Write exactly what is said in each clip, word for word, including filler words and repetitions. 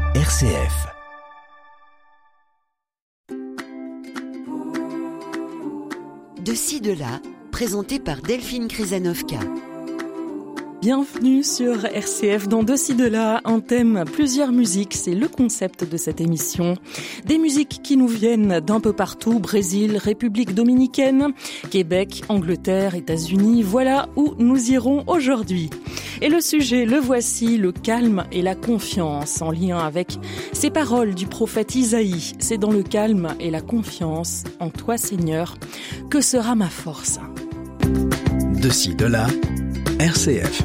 R C F. De ci, de là, présenté par Delphine Krizanovka. Bienvenue sur R C F dans De ci, de là, un thème, plusieurs musiques, c'est le concept de cette émission. Des musiques qui nous viennent d'un peu partout, Brésil, République dominicaine, Québec, Angleterre, États-Unis, voilà où nous irons aujourd'hui. Et le sujet, le voici, le calme et la confiance, en lien avec ces paroles du prophète Isaïe. C'est dans le calme et la confiance en toi, Seigneur, que sera ma force. De ci, de là, R C F.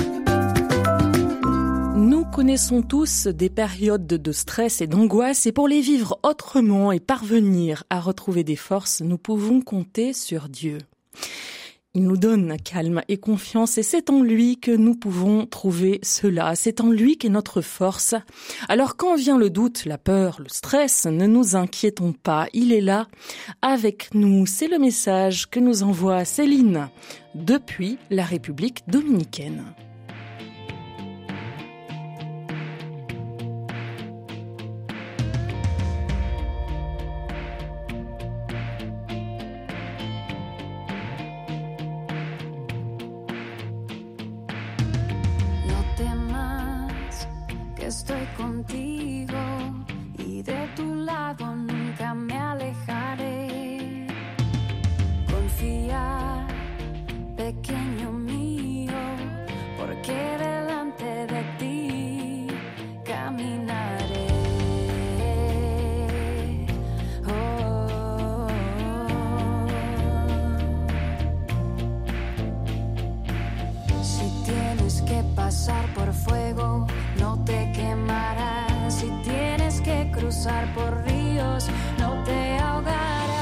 Nous connaissons tous des périodes de stress et d'angoisse et pour les vivre autrement et parvenir à retrouver des forces, nous pouvons compter sur Dieu. Il nous donne calme et confiance et c'est en lui que nous pouvons trouver cela. C'est en lui qu'est notre force. Alors quand vient le doute, la peur, le stress, ne nous inquiétons pas. Il est là avec nous. C'est le message que nous envoie Céline depuis la République dominicaine. Estoy contigo y de tu lado nunca me alejaré. Confía, pequeño mío, porque delante de ti caminaré. Oh, oh, oh. Si tienes que pasar por fuego, no te quemarás. Si tienes que cruzar por ríos, no te ahogarás,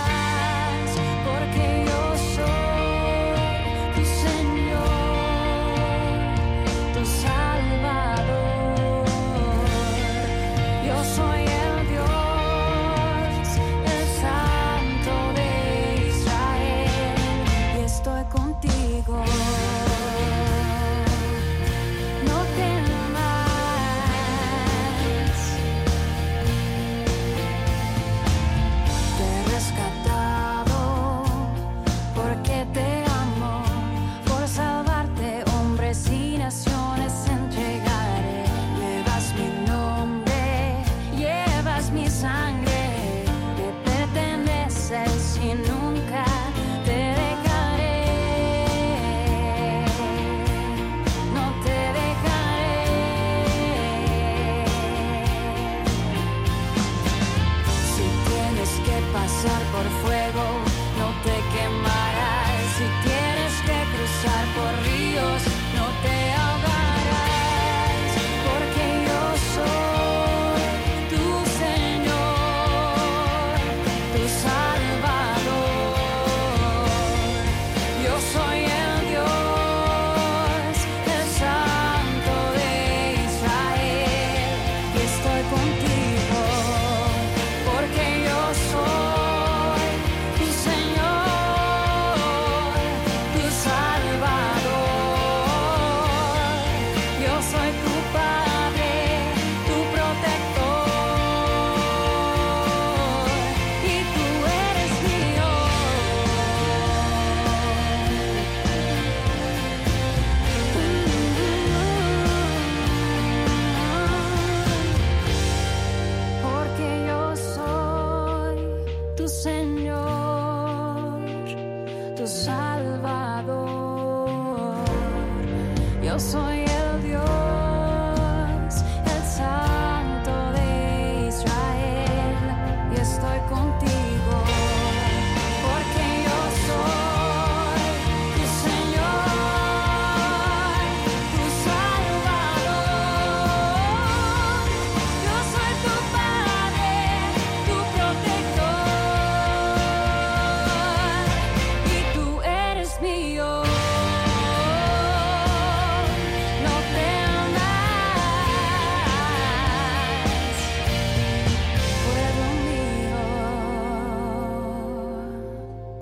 porque yo soy tu Señor, tu Salvador. Yo soy el Dios, el Santo de Israel, y estoy contigo.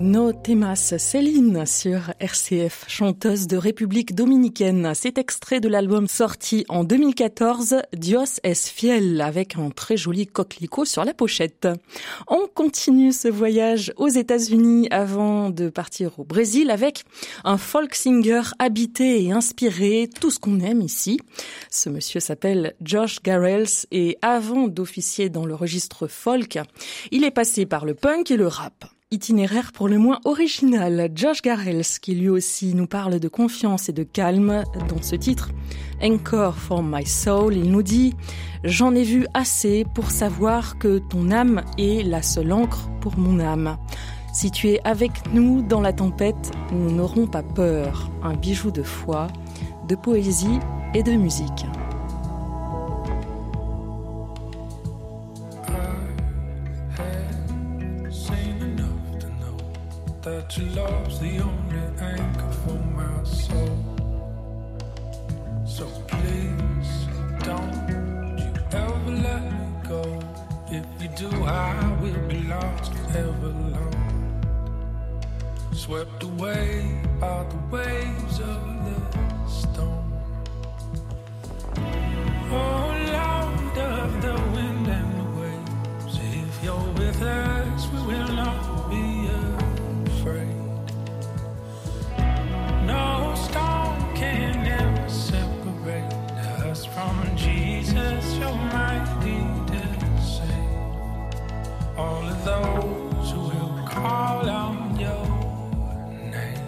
No temas, Céline sur R C F, chanteuse de République dominicaine. C'est extrait de l'album sorti en deux mille quatorze, Dios es fiel, avec un très joli coquelicot sur la pochette. On continue ce voyage aux États-Unis avant de partir au Brésil avec un folk singer habité et inspiré, tout ce qu'on aime ici. Ce monsieur s'appelle Josh Garrels et avant d'officier dans le registre folk, il est passé par le punk et le rap. Itinéraire pour le moins original, Josh Garrels, qui lui aussi nous parle de confiance et de calme dans ce titre. Anchor for my soul, il nous dit « J'en ai vu assez pour savoir que ton âme est la seule encre pour mon âme. Si tu es avec nous dans la tempête, nous n'aurons pas peur. » Un bijou de foi, de poésie et de musique. That your love's the only anchor for my soul. So please don't you ever let me go. If you do, I will be lost forever long, swept away by the waves of the storm. Oh Lord of the wind and the waves, if you're with us, we will not be afraid. No storm can ever separate us from Jesus, you're mighty to save all of those who will call on your name.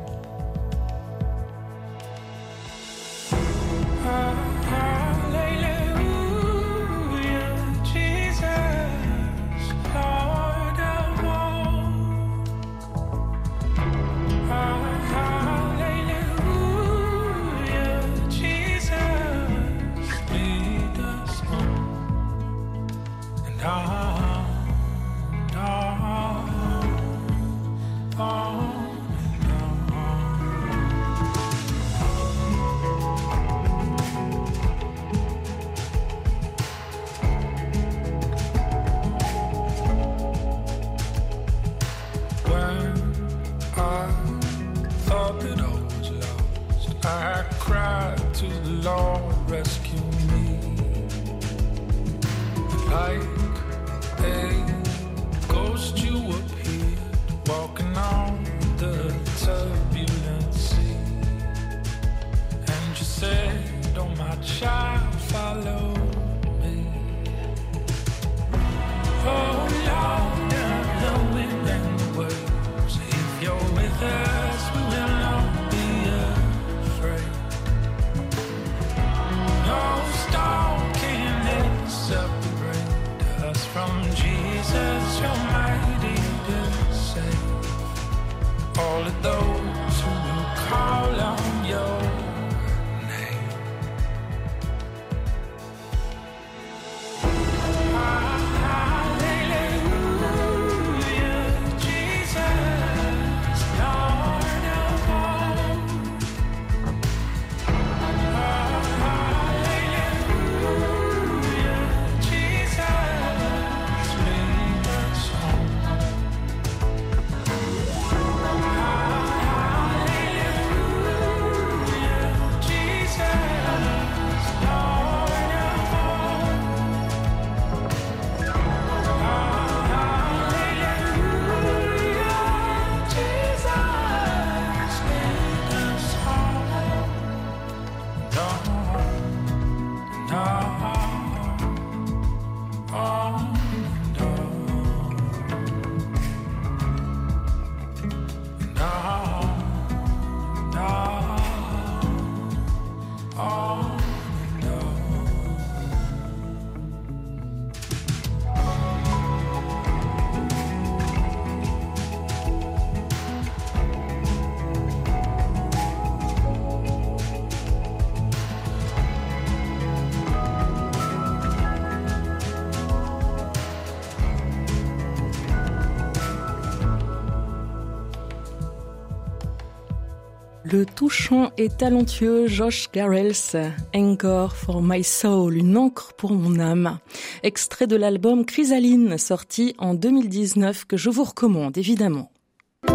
Le touchant et talentueux Josh Garrels, Anchor for my soul, une encre pour mon âme. Extrait de l'album Chrysaline, sorti en deux mille dix-neuf, que je vous recommande évidemment.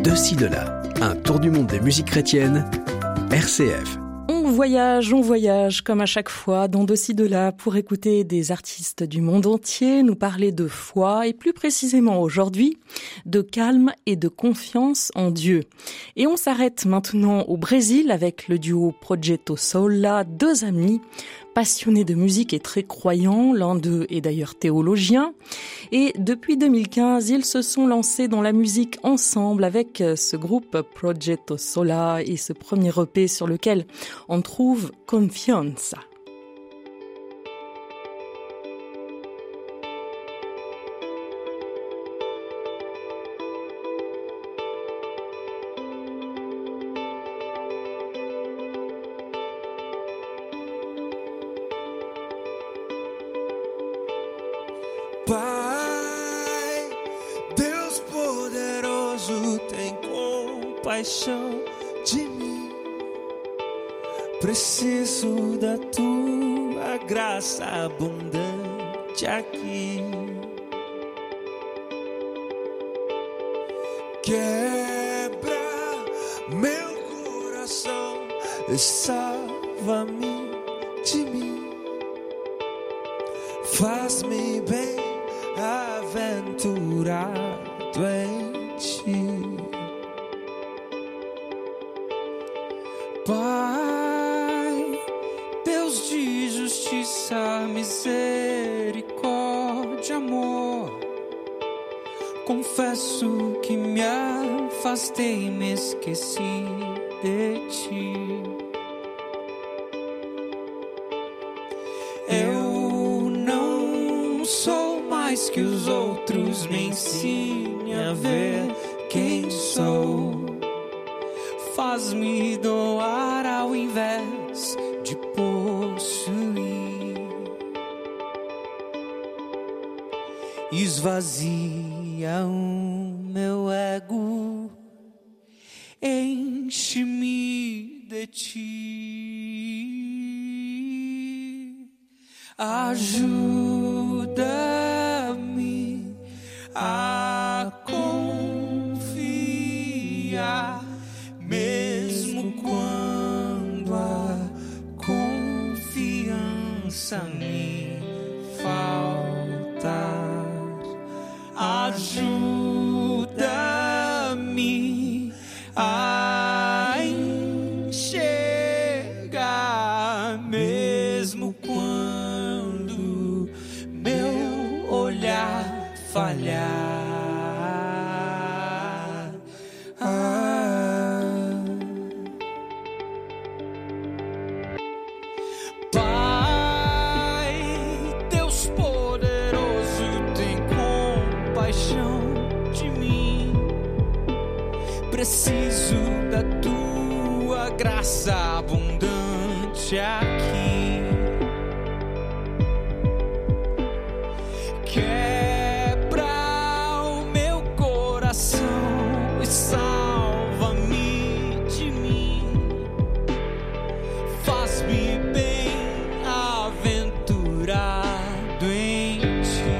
De ci, de là, un tour du monde des musiques chrétiennes, R C F. On voyage, on voyage, comme à chaque fois, dans De ci, de là, pour écouter des artistes du monde entier, nous parler de foi, et plus précisément aujourd'hui, de calme et de confiance en Dieu. Et on s'arrête maintenant au Brésil avec le duo Projeto Sola, deux amis, passionnés de musique et très croyants, l'un d'eux est d'ailleurs théologien. Et depuis deux mille quinze, ils se sont lancés dans la musique ensemble avec ce groupe Projeto Sola et ce premier E P sur lequel on trouve Confianza. Pai, Deus poderoso, tem compaixão de mim. Preciso da tua graça abundante aqui. Quebra meu coração e salva-me de mim. Faz-me bem aventurado em ti. Pai, Deus de justiça, misericórdia, amor, confesso que me afastei e me esqueci de ti. Eu não sou mais que os outros, me ensine a ver quem sou. Faz-me doar ao invés de possuir. Esvazia o meu ego, enche-me de ti. Ajuda-me a confiar, mesmo quando a confiança me faltar. Ajuda-me a enxergar, mesmo quando meu olhar falhar. Preciso da tua graça abundante aqui. Quebra o meu coração e salva-me de mim. Faz-me bem aventurado em ti.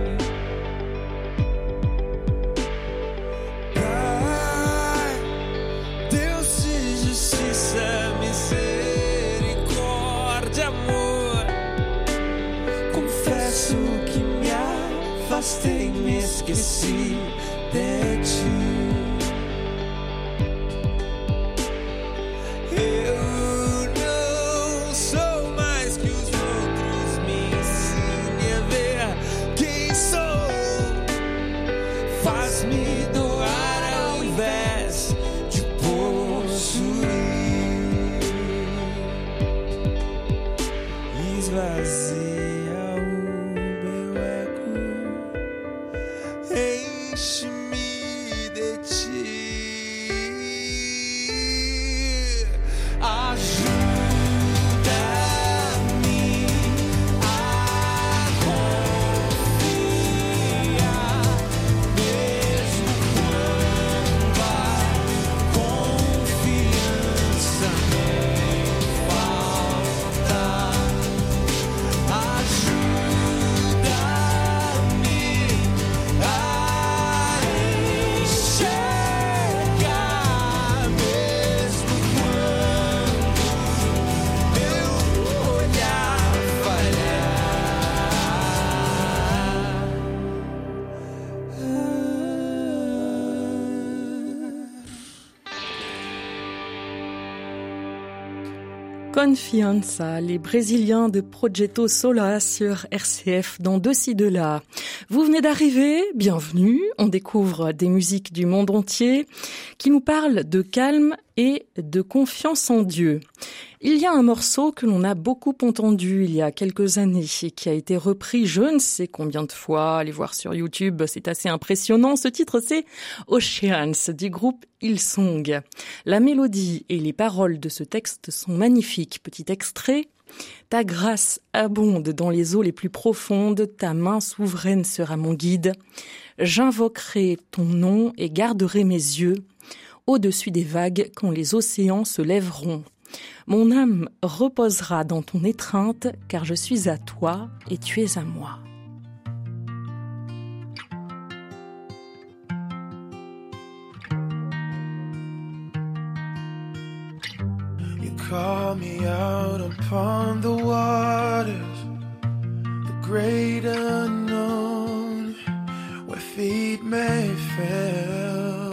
Misericórdia, amor, confesso que me afastei, me esqueci de ti. Eu não sou mais que os outros, me ensine a ver quem sou. Faz-me doar ao invés de possuir. Esvazia o meu ego, enche-me de ti. Ajuda-me a confiar, mesmo quando a confiança me falta. Confiança, les Brésiliens de Projeto Sola sur R C F dans De ci de là. Vous venez d'arriver, bienvenue. On découvre des musiques du monde entier qui nous parlent de calme et de confiance en Dieu. Il y a un morceau que l'on a beaucoup entendu il y a quelques années et qui a été repris je ne sais combien de fois. Allez voir sur YouTube, c'est assez impressionnant. Ce titre, c'est Oceans du groupe Hillsong. La mélodie et les paroles de ce texte sont magnifiques. Petit extrait. Ta grâce abonde dans les eaux les plus profondes, ta main souveraine sera mon guide. J'invoquerai ton nom et garderai mes yeux au-dessus des vagues quand les océans se lèveront. Mon âme reposera dans ton étreinte, car je suis à toi et tu es à moi. You call me out upon the waters, the great unknown, where feet may fail.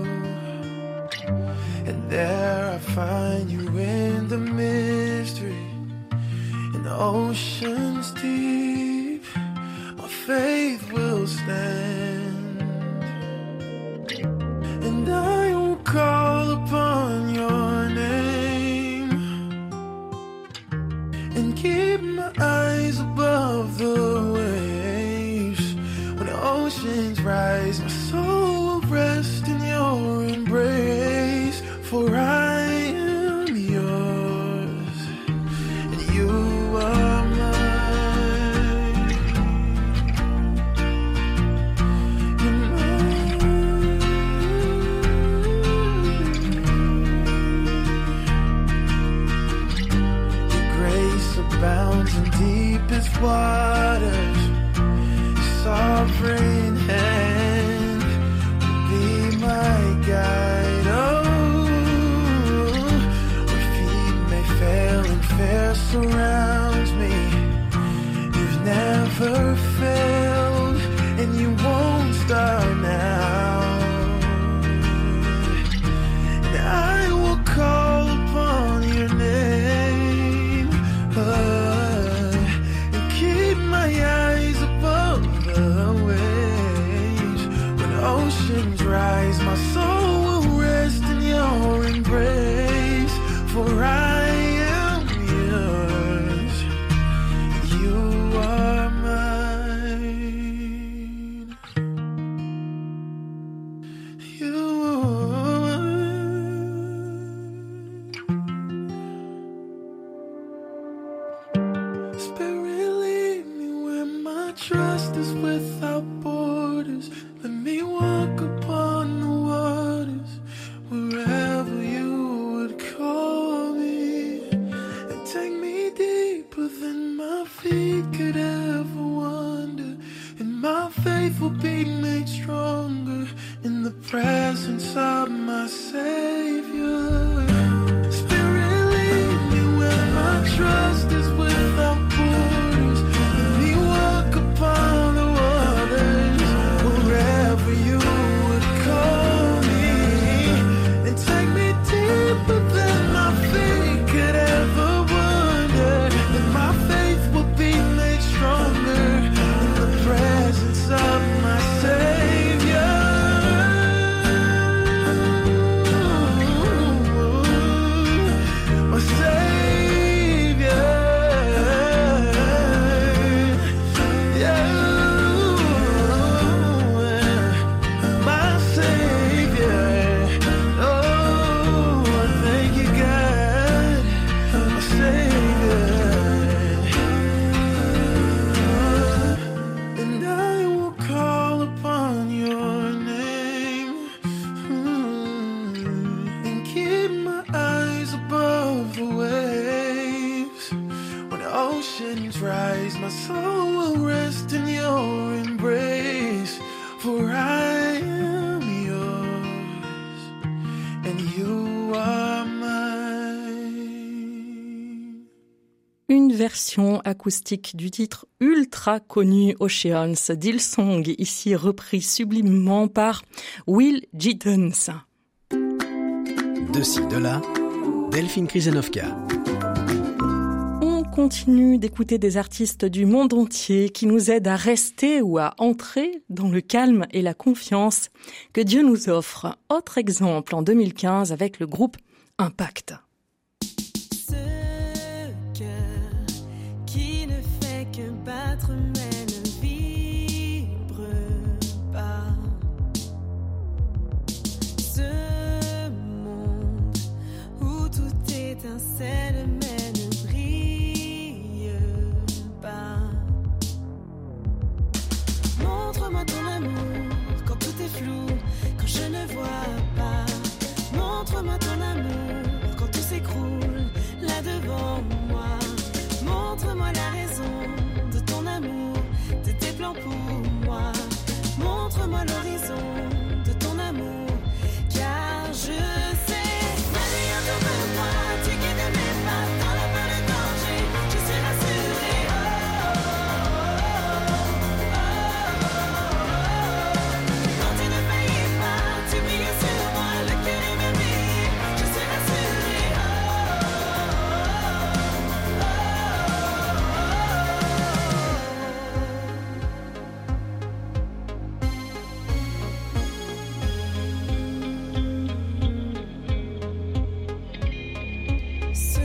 And there I find you in the mystery, in the oceans deep, my faith will stand. And I will call upon your name, and keep my eyes above the waves. When the oceans rise, my soul will rest in your embrace. For I am yours, and you are mine. You're mine. Your grace abounds in deepest waters. Your sovereign hand will be my guide. Oh, fear surrounds me. You've never failed, and you won't start now. And I will call upon your name, uh, and keep my eyes above the waves. When oceans rise, my soul will rest in your embrace. For I Version acoustique du titre ultra connu Oceans d'Hillsong, ici repris sublimement par Will Gittens. De ci, de là, Delphine Krisenovka. continue d'écouter des artistes du monde entier qui nous aident à rester ou à entrer dans le calme et la confiance que Dieu nous offre. Autre exemple en deux mille quinze avec le groupe Impact. Ce cœur qui ne fait que battre mais ne vibre pas. Ce monde où tout étincelle mais ne brille pas. Montre-moi ton amour quand tout est flou, quand je ne vois pas. Montre-moi ton amour quand tout s'écroule là devant moi. Montre-moi la raison de ton amour, de tes plans pour moi. Montre-moi l'horizon de ton amour, car je sais, la vie autour de moi, tu guides mes pas dans la peur de danger. Je suis rassurée. Oh, oh, oh, oh, oh. Quand tu ne faillis pas, tu brilles sur moi, le cœur émerveillé. Je suis rassurée. Oh, oh, oh, oh, oh. Ce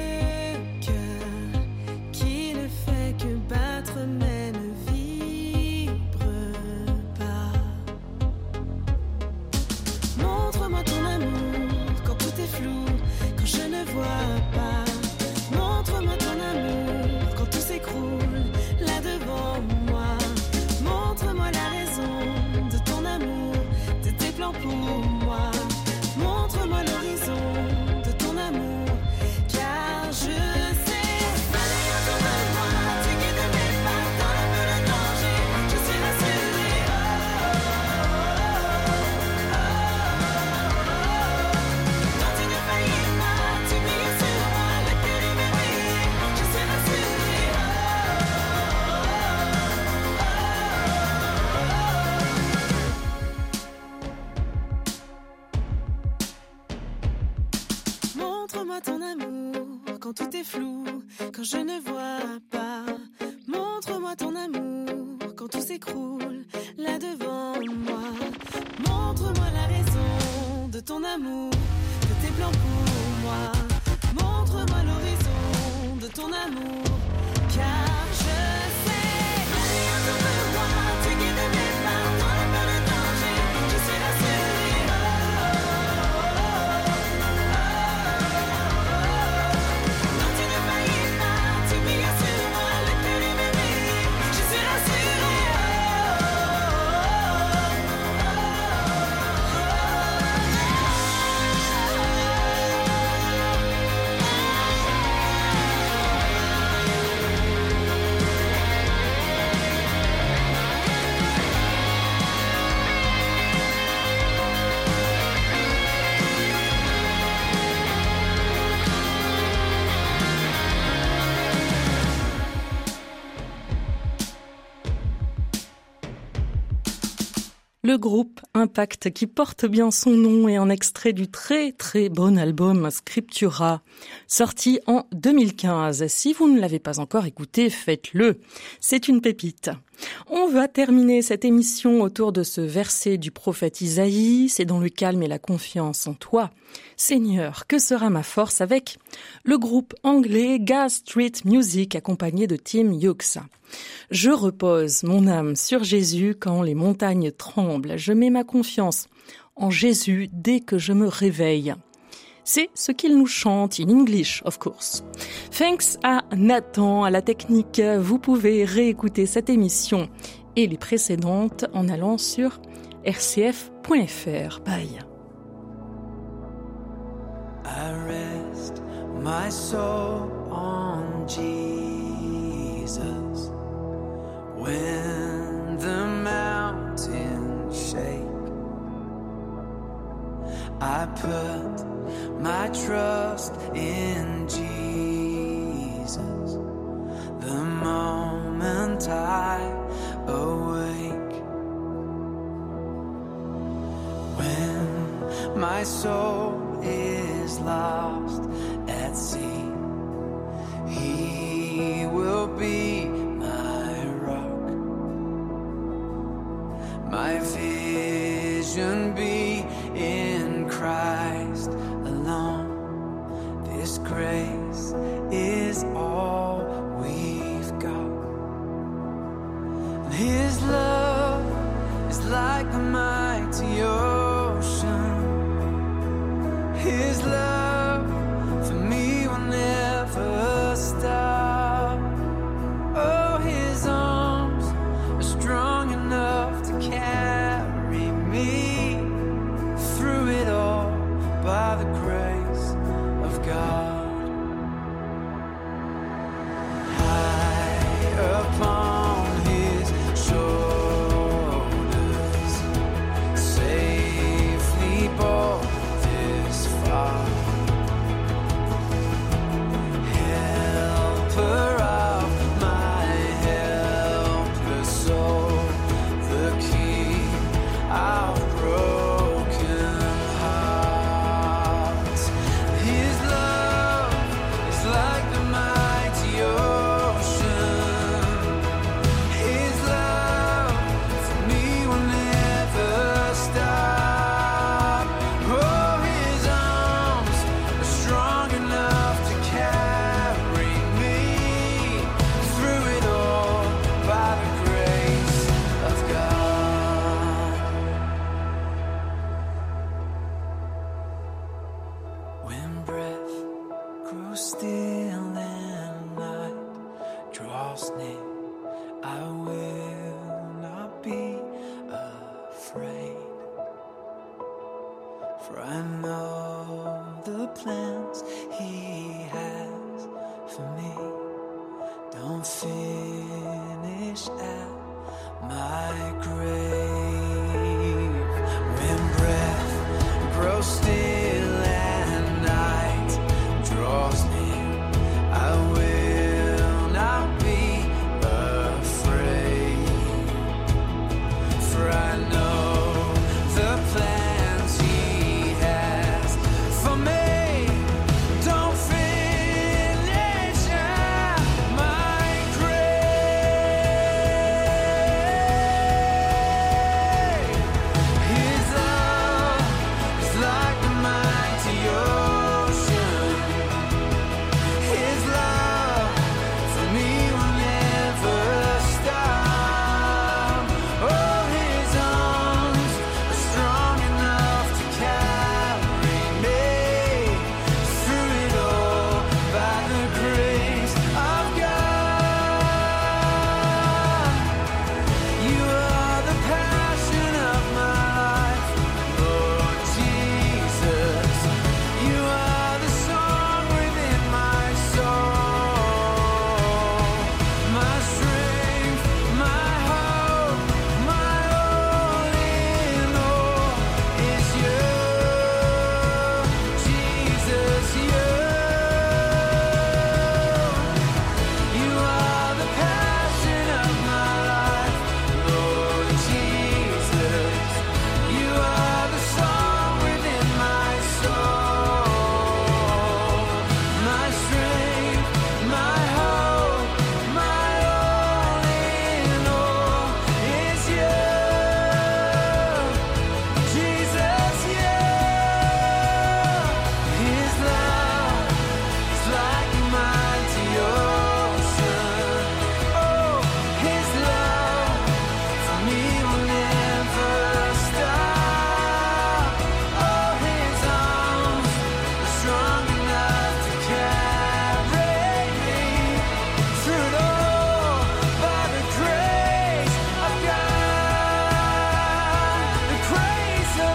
cœur qui ne fait que battre mais ne vibre pas. Montre-moi ton amour quand tout est flou, quand je ne vois pas. Montre-moi ton amour quand tout s'écroule là devant moi. Montre-moi la raison de ton amour, de tes plans pour moi. Montre-moi l'horizon de ton amour, car je sais, la vie autour de moi, tu guides mes pas dans la peur de danger. Je suis rassurée. Oh, oh, oh, oh. Quand tu ne faillis pas, tu brilles sur moi, le cœur émerveillé. Je suis rassurée. Oh, oh, oh. Montre-moi ton amour quand tout est flou, quand je ne vois pas. Montre-moi ton amour quand tout s'écroule là devant moi. Montre-moi la raison de ton amour, de tes plans pour moi. Montre-moi l'horizon de ton amour, car je sais, la vie autour de moi, tu guides mes pas dans la peur de danger. Je suis rassurée. Oh, oh, oh, oh. Quand tu ne faillis pas, tu brilles sur moi, le cœur émerveillé. Je suis rassurée. Oh, Le groupe Impact qui porte bien son nom est un extrait du très très bon album Scriptura, sorti en deux mille quinze. Si vous ne l'avez pas encore écouté, faites-le. C'est une pépite. On va terminer cette émission autour de ce verset du prophète Isaïe. C'est dans le calme et la confiance en toi, Seigneur, que sera ma force, avec le groupe anglais Gaz Street Music accompagné de Tim Hughes. Je repose mon âme sur Jésus quand les montagnes tremblent. Je mets ma confiance en Jésus dès que je me réveille. C'est ce qu'il nous chante, in English, of course. Thanks à Nathan, à la technique. Vous pouvez réécouter cette émission et les précédentes en allant sur r c f point f r. Bye. I rest my soul on Jesus when the mountains shake. I put my trust in Jesus the moment I awake. When my soul is lost at sea, He will be my rock, my vision be in Christ alone. This grace is all we've got. His love is like a mighty ocean. His love for me will never stop. Oh, His arms are strong enough to carry me through it all by the grace of God. High upon His shoulders, safely brought this far. Helper of my helpless soul, the King of broken hearts. His love is like the mighty ocean. His love for me will never stop. Oh, His arms are strong enough to carry me through it all by the grace of God. When breath grows still and night draws near, I will not be afraid. For I know the plans He has for me don't finish at my grave. When breath grows still and night draws near, I will not be afraid. For I know the plans He has for me don't finish at my grave. His love is like the mighty ocean. His love for me will never stop. Oh, His arms are strong enough to carry me through it all by the grace of God. You are the passion of my life, Lord Jesus. You are the song within my soul, my strength, my hope, my all in all is You, Jesus. You, You are the passion of my life, Lord Jesus. You are the song within my soul, my strength, my hope, my all in all is You, Jesus. You, His love is like a mighty ocean. Oh, His love for me will never stop. Oh, His arms are strong enough to carry me through it all by the grace of God, the grace of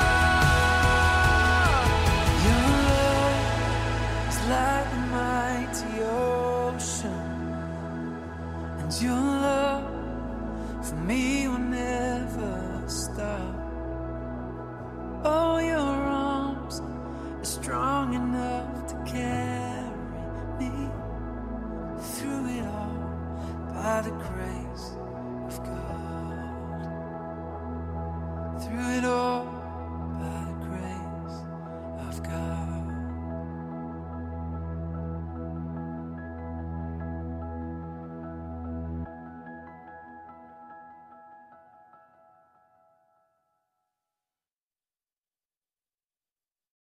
God. Your love is like the mighty ocean, and Your love for me will never stop. Oh, Your arms are strong enough to carry me through it all by the grace of God. Through it all